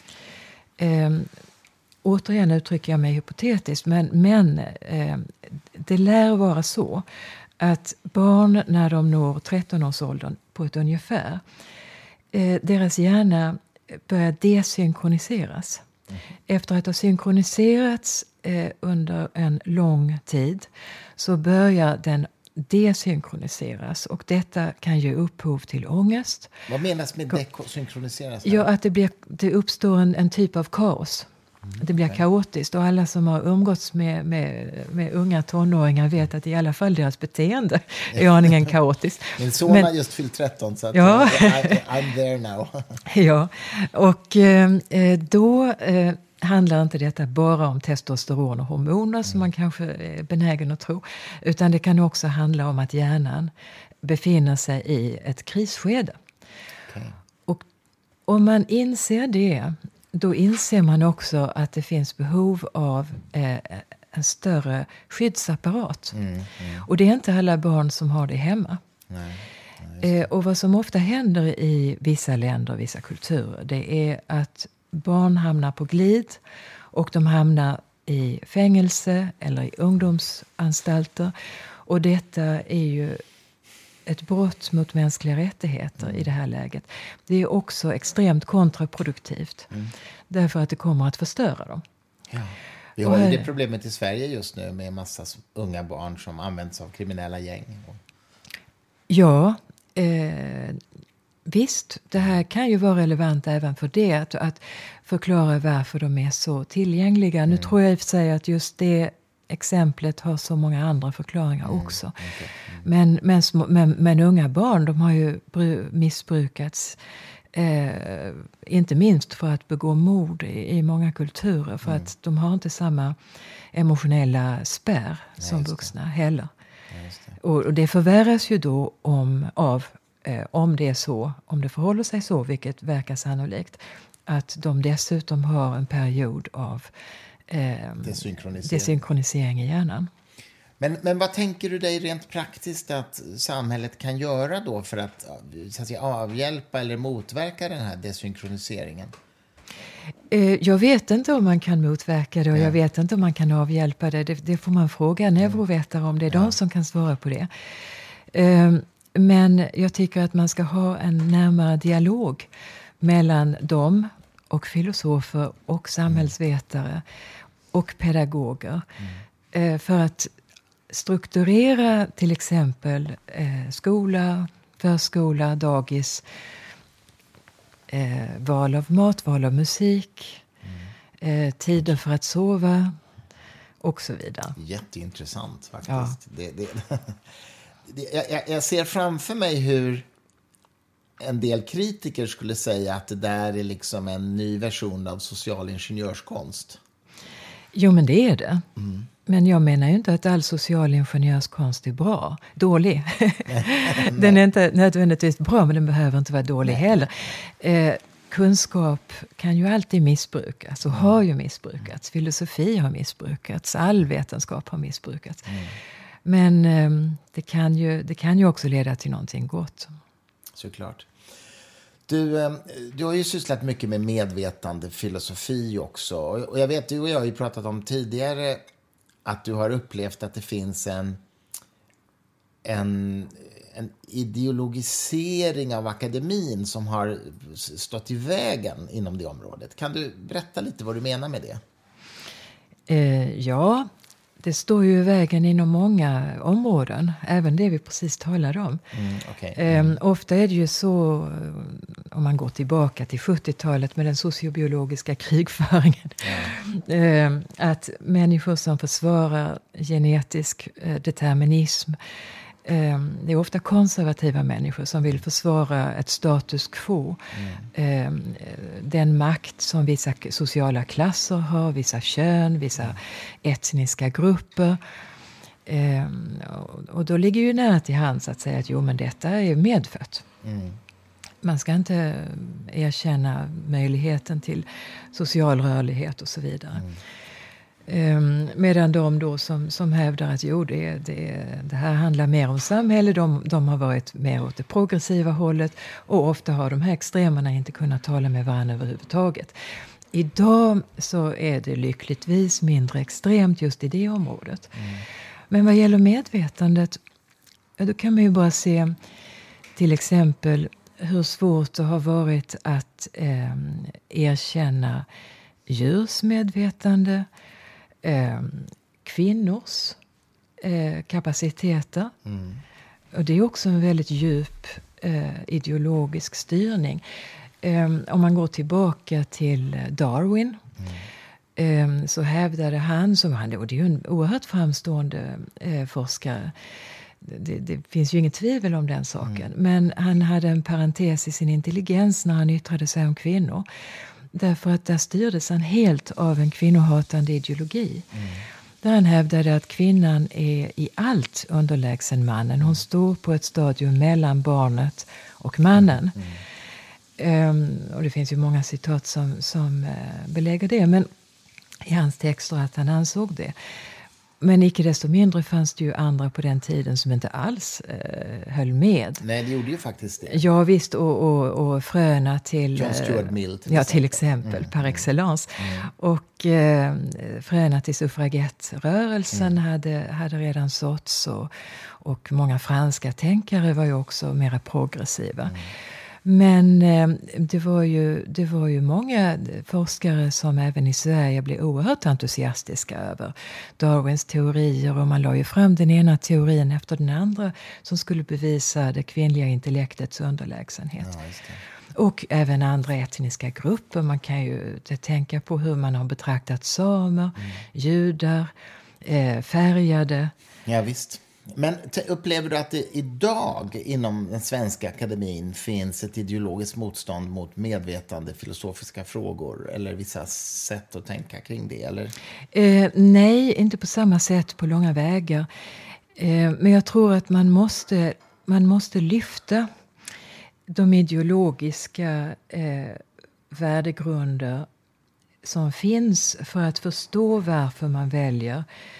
Återigen uttrycker jag mig hypotetiskt. Men det lär vara så att barn när de når 13-årsåldern på ett ungefär, deras hjärna börjar desynkroniseras. Efter att ha synkroniserats under en lång tid så börjar den desynkroniseras, och detta kan ge upphov till ångest. Vad menas med desynkroniseras? Ja, att det uppstår en typ av kaos. Det blir kaotiskt, och alla som har umgåtts med unga tonåringar vet att i alla fall deras beteende är aningen kaotiskt. Min son har just fyllt 13, så att I'm there now. Ja, och då handlar inte detta bara om testosteron och hormoner som man kanske är benägen att tro, utan det kan också handla om att hjärnan befinner sig i ett krisskede. Okay. Och om man inser det, då inser man också att det finns behov av en större skyddsapparat. Och det är inte alla barn som har det hemma. Och vad som ofta händer i vissa länder och vissa kulturer, det är att barn hamnar på glid, och de hamnar i fängelse eller i ungdomsanstalter. Och detta är ju ett brott mot mänskliga rättigheter i det här läget. Det är också extremt kontraproduktivt. Därför att det kommer att förstöra dem. Ja. Vi har ju det problemet i Sverige just nu med en massa unga barn som används av kriminella gäng. Ja, visst. Det här kan ju vara relevant även för det. Att förklara varför de är så tillgängliga. Nu tror jag i och för sig att just det exemplet har så många andra förklaringar också. Men unga barn, de har ju missbrukats. Inte minst för att begå mord i många kulturer. För att de har inte samma emotionella spärr som vuxna heller. Och det förvärras ju då om det är så, om det förhåller sig så, vilket verkar sannolikt, att de dessutom har en period av desynkronisering i hjärnan. Men vad tänker du dig rent praktiskt att samhället kan göra då för att, så att säga, avhjälpa eller motverka den här desynkroniseringen? Jag vet inte om man kan motverka det, och jag vet inte om man kan avhjälpa det. Det får man fråga neurovetare om. Det är de som kan svara på det. Men jag tycker att man ska ha en närmare dialog mellan dem och filosofer och samhällsvetare och pedagoger. För att strukturera till exempel skola, förskola, dagis, val av mat, val av musik, tider för att sova, och så vidare. Jätteintressant faktiskt. Jag ser framför mig hur en del kritiker skulle säga att det där är liksom en ny version av social ingenjörskonst. Jo, men det är det. Men jag menar ju inte att all social ingenjörskonst är bra. Dålig. Den är inte nödvändigtvis bra, men den behöver inte vara dålig heller. Kunskap kan ju alltid missbrukas och har ju missbrukats. Filosofi har missbrukats. All vetenskap har missbrukats. Men det kan ju också leda till någonting gott. Såklart. Du har ju sysslat mycket med medvetande filosofi också. Och jag vet, du och jag har ju pratat om tidigare att du har upplevt att det finns en ideologisering av akademin som har stått i vägen inom det området. Kan du berätta lite vad du menar med det? Ja, det står ju i vägen inom många områden. Även det vi precis talade om. Ofta är det ju så, om man går tillbaka till 70-talet med den sociobiologiska krigföringen. Att människor som försvarar genetisk determinism, det är ofta konservativa människor som vill försvara ett status quo. Den makt som vissa sociala klasser har, vissa kön, vissa etniska grupper. Och då ligger ju nära till hands att säga att jo, men detta är medfött. Man ska inte erkänna möjligheten till social rörlighet och så vidare. Medan de då som hävdar att jo, det här handlar mer om samhälle, de har varit mer åt det progressiva hållet, och ofta har de här extremerna inte kunnat tala med varandra överhuvudtaget. Idag så är det lyckligtvis mindre extremt just i det området. Men vad gäller medvetandet, då kan man ju bara se till exempel hur svårt det har varit att erkänna djurs medvetande, kvinnors kapaciteter. Och det är också en väldigt djup ideologisk styrning. Om man går tillbaka till Darwin, så hävdade han, och det är ju en oerhört framstående forskare, det finns ju inget tvivel om den saken, men han hade en parentes i sin intelligens när han yttrade sig om kvinnor. Därför att där styrdes han helt av en kvinnohatande ideologi. Där han hävdade att kvinnan är i allt underlägsen mannen. Hon står på ett stadium mellan barnet och mannen. Och det finns ju många citat som belägger det. Men i hans texter att han ansåg det. Men icke desto mindre fanns det ju andra på den tiden som inte alls höll med. Nej, det gjorde ju faktiskt det. Ja, visst, och fröna till... John Stuart Mill till exempel, par excellence. Och fröna till suffragettrörelsen hade redan såtts, och många franska tänkare var ju också mera progressiva. Men det var ju många forskare som även i Sverige blev oerhört entusiastiska över Darwins teorier, och man la ju fram den ena teorin efter den andra som skulle bevisa det kvinnliga intellektets underlägsenhet. Ja, just det. Och även andra etniska grupper. Man kan ju tänka på hur man har betraktat samer, judar, färgade. Ja, visst. Men upplever du att det idag inom den svenska akademin finns ett ideologiskt motstånd mot medvetande filosofiska frågor eller vissa sätt att tänka kring det? Eller? Nej, inte på samma sätt på långa vägar. Men jag tror att man måste lyfta de ideologiska värdegrunder som finns för att förstå varför man väljer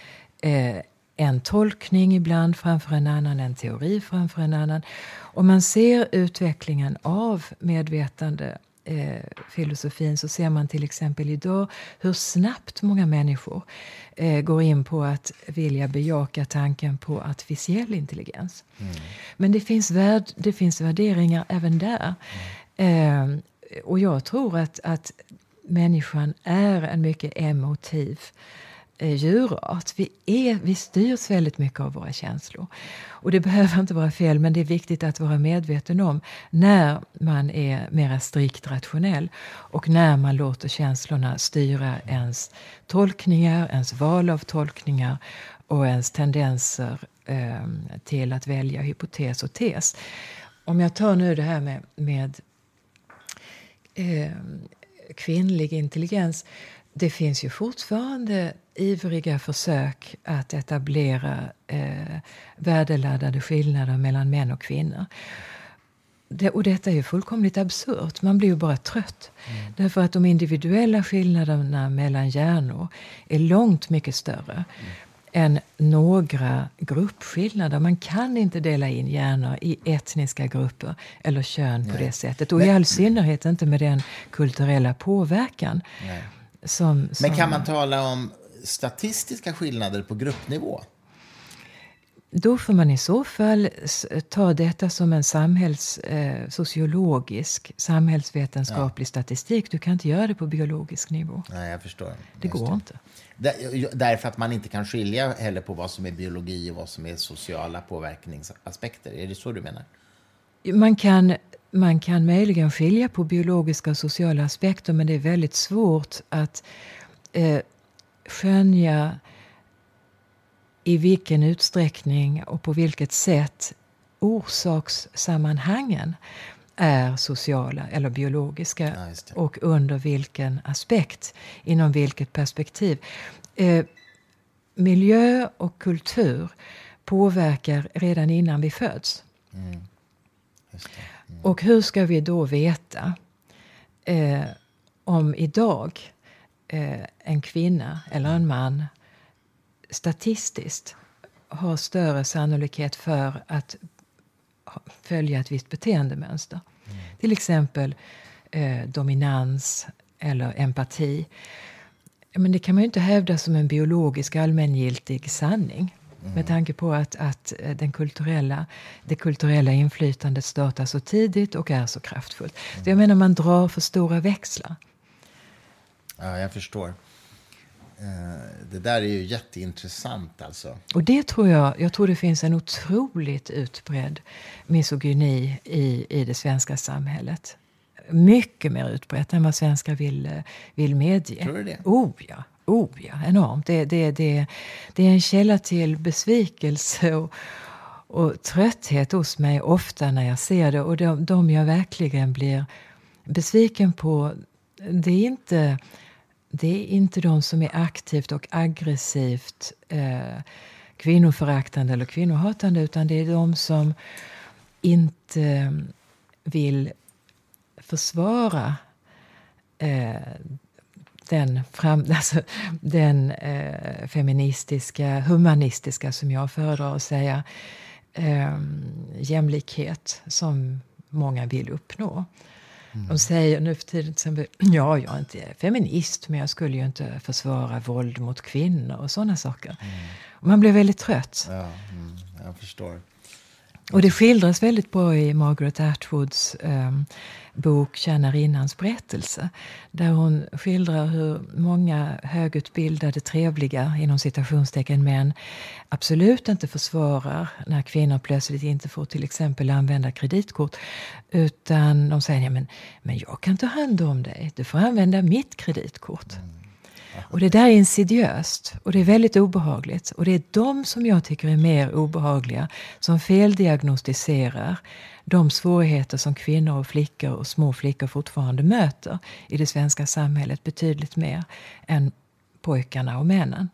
en tolkning ibland framför en annan, en teori framför en annan. Om man ser utvecklingen av medvetande filosofin, så ser man till exempel idag hur snabbt många människor går in på att vilja bejaka tanken på artificiell intelligens. Men det finns värderingar även där. Och jag tror att människan är en mycket emotiv djurart. Vi styrs väldigt mycket av våra känslor. Och det behöver inte vara fel, men det är viktigt att vara medveten om när man är mer strikt rationell och när man låter känslorna styra ens tolkningar, ens val av tolkningar och ens tendenser till att välja hypotes och tes. Om jag tar nu det här med kvinnlig intelligens. Det finns ju fortfarande ivriga försök att etablera värdeladdade skillnader mellan män och kvinnor. Och detta är ju fullkomligt absurt. Man blir ju bara trött. Därför att de individuella skillnaderna mellan hjärnor är långt mycket större än några gruppskillnader. Man kan inte dela in hjärnor i etniska grupper eller kön på det sättet. Och i all synnerhet inte med den kulturella påverkan. Men kan man tala om statistiska skillnader på gruppnivå? Då får man i så fall ta detta som en sociologisk, samhällsvetenskaplig statistik. Du kan inte göra det på biologisk nivå. Nej, jag förstår. Det går inte. Därför att man inte kan skilja heller på vad som är biologi och vad som är sociala påverkningsaspekter. Är det så du menar? Man kan möjligen skilja på biologiska och sociala aspekter, men det är väldigt svårt att skönja i vilken utsträckning och på vilket sätt orsakssammanhangen är sociala eller biologiska och under vilken aspekt, inom vilket perspektiv. Miljö och kultur påverkar redan innan vi föds. Och hur ska vi då veta om idag en kvinna eller en man statistiskt har större sannolikhet för att följa ett visst beteendemönster. Till exempel dominans eller empati. Men det kan man ju inte hävda som en biologisk allmängiltig sanning. Med tanke på att det kulturella inflytandet startar så tidigt och är så kraftfullt. Så jag menar, man drar för stora växlar. Ja, jag förstår. Det där är ju jätteintressant alltså. Och det jag tror det finns en otroligt utbredd misogyni i det svenska samhället. Mycket mer utbrett än vad svenskar vill medge. Tror du det? Oh ja, enormt. Det är en källa till besvikelse och trötthet hos mig ofta när jag ser det. Och de jag verkligen blir besviken på, det är inte de som är aktivt och aggressivt kvinnoföraktande eller kvinnohatande, utan det är de som inte vill försvara den feministiska, humanistiska, som jag föredrar att säga, jämlikhet som många vill uppnå. De säger nu för tiden till exempel, jag är inte feminist, men jag skulle ju inte försvara våld mot kvinnor och sådana saker. Och man blir väldigt trött. Ja, jag förstår. Och det skildras väldigt bra i Margaret Atwoods bok Tjänarinnans berättelse. Där hon skildrar hur många högutbildade, trevliga, inom citationstecken, män absolut inte försvarar när kvinnor plötsligt inte får till exempel använda kreditkort. Utan de säger, men jag kan ta hand om dig. Du får använda mitt kreditkort. Och det där är insidiöst och det är väldigt obehagligt. Och det är de som jag tycker är mer obehagliga, som feldiagnostiserar de svårigheter som kvinnor och flickor och små flickor fortfarande möter i det svenska samhället betydligt mer än pojkarna och männen.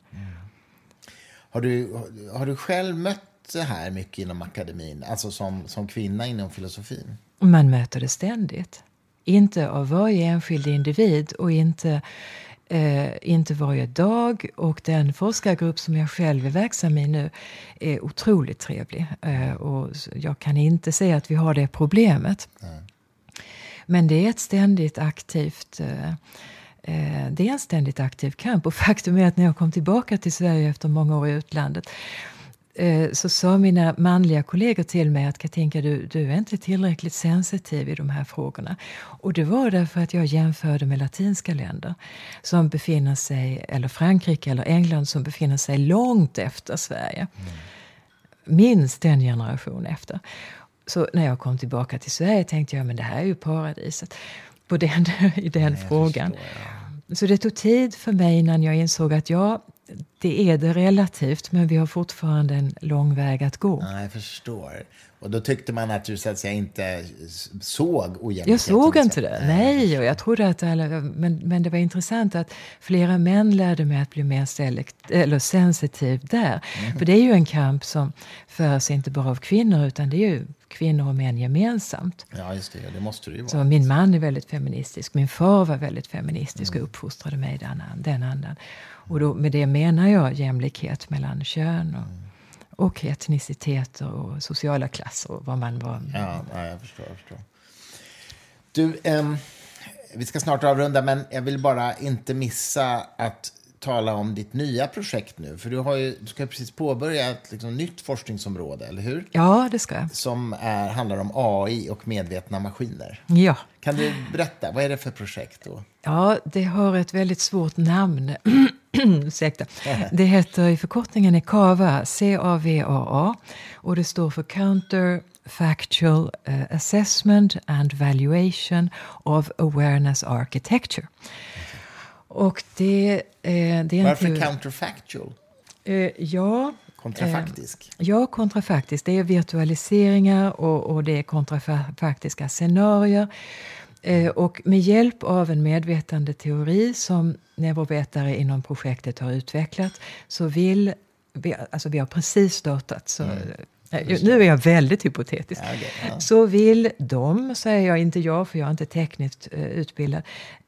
Har du själv mött det här mycket inom akademin, alltså som kvinna inom filosofin? Man möter det ständigt. Inte av varje enskild individ och inte varje dag, och den forskargrupp som jag själv är verksam i nu är otroligt trevlig, och jag kan inte säga att vi har det problemet. Men det är ett ständigt aktivt det är en ständigt aktiv kamp, och faktum är att när jag kom tillbaka till Sverige efter många år i utlandet så sa mina manliga kollegor till mig att Katinka, du är inte tillräckligt sensitiv i de här frågorna. Och det var därför att jag jämförde med latinska länder som befinner sig, eller Frankrike eller England som befinner sig långt efter Sverige. Minst en generation efter. Så när jag kom tillbaka till Sverige tänkte jag, men det här är ju paradiset i den frågan. Förstår. Så det tog tid för mig innan jag insåg att det är det relativt, men vi har fortfarande en lång väg att gå. Ja, jag förstår. Och då tyckte man att du så att säga inte såg ojämlikhet. Jag såg inte det, nej. Och jag trodde att men det var intressant att flera män lärde mig att bli mer sensitiv där. För det är ju en kamp som förs inte bara av kvinnor, utan det är ju kvinnor och män gemensamt. Ja, just det måste det ju vara. Så min man är väldigt feministisk. Min far var väldigt feministisk och uppfostrade mig den andan. Och då, med det menar jag jämlikhet mellan kön och etniciteter och sociala klasser och vad man var. Ja, jag förstår. Du, vi ska snart avrunda, men jag vill bara inte missa att tala om ditt nya projekt nu. För du ska precis påbörja ett nytt forskningsområde, eller hur? Ja, det ska jag. Som handlar om AI och medvetna maskiner. Ja. Kan du berätta, vad är det för projekt då? Ja, det har ett väldigt svårt namn. Ursäkta. Det heter i förkortningen CAVA, CAVAA. Och det står för Counterfactual Assessment and Valuation of Awareness Architecture. Och det är varför counterfactual? Kontrafaktisk? Kontrafaktisk. Det är virtualiseringar och det är kontrafaktiska scenarier. Och med hjälp av en medvetande teori som neurovetare inom projektet har utvecklat så vi har precis startat så nu är jag väldigt hypotetisk. Ja. Så vill de, säger jag, inte jag för jag är inte tekniskt utbildad,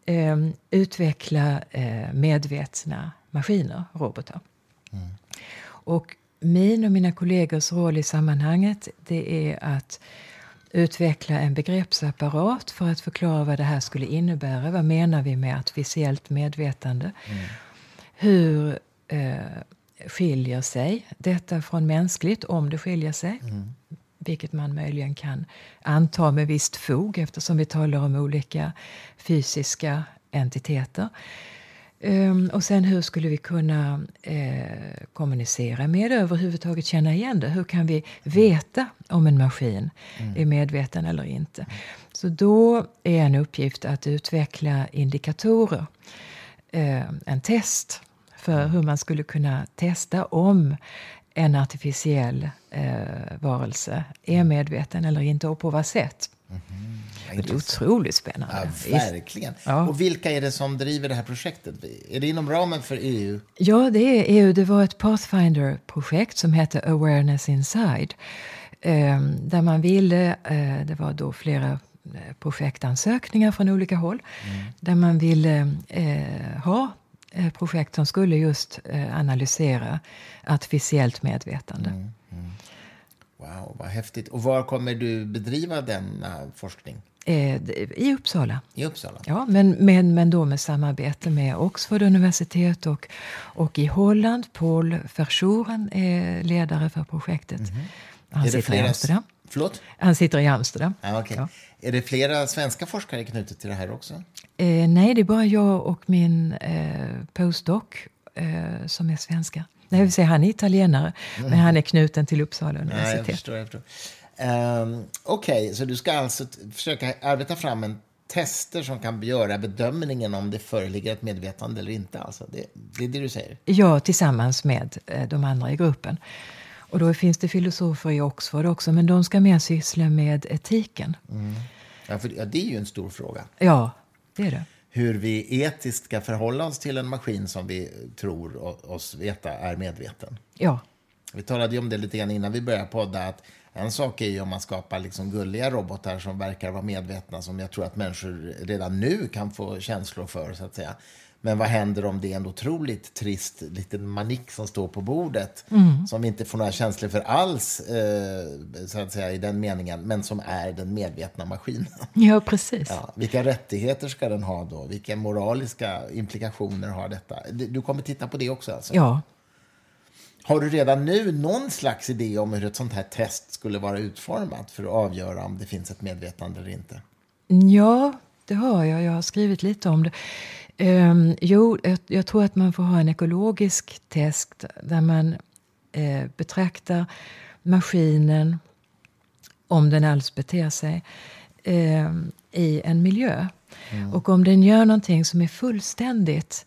utveckla medvetna maskiner, robotar. Och min och mina kollegors roll i sammanhanget, det är att utveckla en begreppsapparat för att förklara vad det här skulle innebära. Vad menar vi med artificiellt medvetande? Hur skiljer sig detta från mänskligt, om det skiljer sig? Vilket man möjligen kan anta med visst fog eftersom vi talar om olika fysiska entiteter. Och sen hur skulle vi kunna kommunicera med det, överhuvudtaget känna igen det? Hur kan vi veta om en maskin är medveten eller inte? Så då är en uppgift att utveckla indikatorer. En test för hur man skulle kunna testa om en artificiell varelse är medveten eller inte och på vad sätt. Det är otroligt spännande. Ja, verkligen. Ja. Och vilka är det som driver det här projektet? Är det inom ramen för EU? Ja, det är EU. Det var ett Pathfinder-projekt som heter Awareness Inside. Där man ville, det var då flera projektansökningar från olika håll. Där man ville ha projekt som skulle just analysera artificiellt medvetande. Wow, vad häftigt. Och var kommer du bedriva denna forskning? I Uppsala. I Uppsala? Ja, men då med samarbete med Oxford universitet och i Holland. Paul Verschoren är ledare för projektet. Han sitter i Amsterdam. Förlåt? Han sitter i Amsterdam. Okay. Ja. Är det flera svenska forskare knutet till det här också? Nej, det är bara jag och min postdoc som är svenska. Det vill säga, han är italienare, men han är knuten till Uppsala universitet. Ja, jag förstår. Okej, så du ska alltså försöka arbeta fram en tester som kan göra bedömningen om det föreligger ett medvetande eller inte. Alltså det är det du säger? Ja, tillsammans med de andra i gruppen. Och då finns det filosofer i Oxford också, men de ska mer syssla med etiken. Ja, för det är ju en stor fråga. Ja, det är det. Hur vi etiskt ska förhålla oss till en maskin som vi tror oss veta är medveten. Ja. Vi talade ju om det lite grann innan vi började podda, att en sak är ju om man skapar gulliga robotar som verkar vara medvetna, som jag tror att människor redan nu kan få känslor för, så att säga. Men vad händer om det är en otroligt trist liten manik som står på bordet som inte får några känslor för alls, så att säga, i den meningen, men som är den medvetna maskinen? Ja, precis. Ja, vilka rättigheter ska den ha då? Vilka moraliska implikationer har detta? Du kommer titta på det också alltså? Ja. Har du redan nu någon slags idé om hur ett sånt här test skulle vara utformat för att avgöra om det finns ett medvetande eller inte? Ja, det har jag. Jag har skrivit lite om det. Jag tror att man får ha en ekologisk test där man betraktar maskinen, om den alls beter sig, i en miljö. Och om den gör någonting som är fullständigt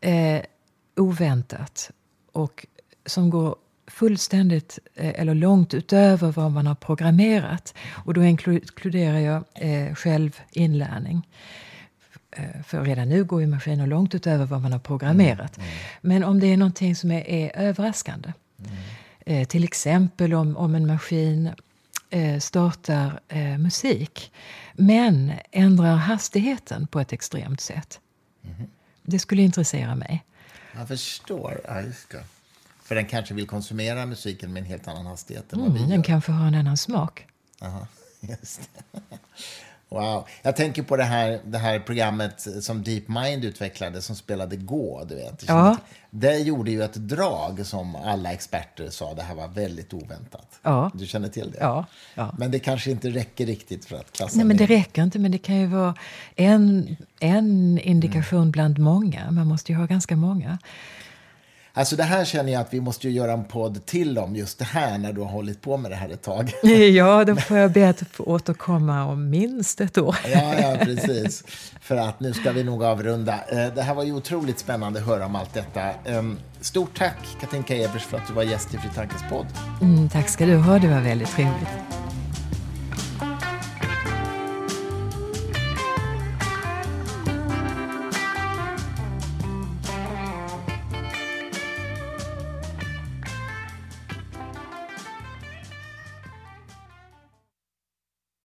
oväntat och som går fullständigt eller långt utöver vad man har programmerat. Och då inkluderar jag självinlärning. För redan nu går ju maskiner långt utöver vad man har programmerat. Men om det är någonting som är överraskande. Till exempel om en maskin startar musik men ändrar hastigheten på ett extremt sätt. Det skulle intressera mig. Jag förstår. Ja, just det. För den kanske vill konsumera musiken med en helt annan hastighet än vad vi gör. Den kanske har en annan smak. Aha, just det. Wow. Jag tänker på det här programmet som DeepMind utvecklade som spelade Go, du vet. Ja. Det gjorde ju ett drag som alla experter sa det här var väldigt oväntat. Ja. Du känner till det? Ja. Men det kanske inte räcker riktigt för att klassa. Nej, men det räcker inte, men det kan ju vara en indikation bland många. Man måste ju ha ganska många. Alltså det här känner jag att vi måste ju göra en podd till om just det här när du har hållit på med det här ett tag. Ja, då får jag be att få återkomma om minst ett år. Ja, precis. För att nu ska vi nog avrunda. Det här var ju otroligt spännande att höra om allt detta. Stort tack Katinka Ebers för att du var gäst i Fri Tankes podd. Tack ska du ha, det var väldigt trevligt.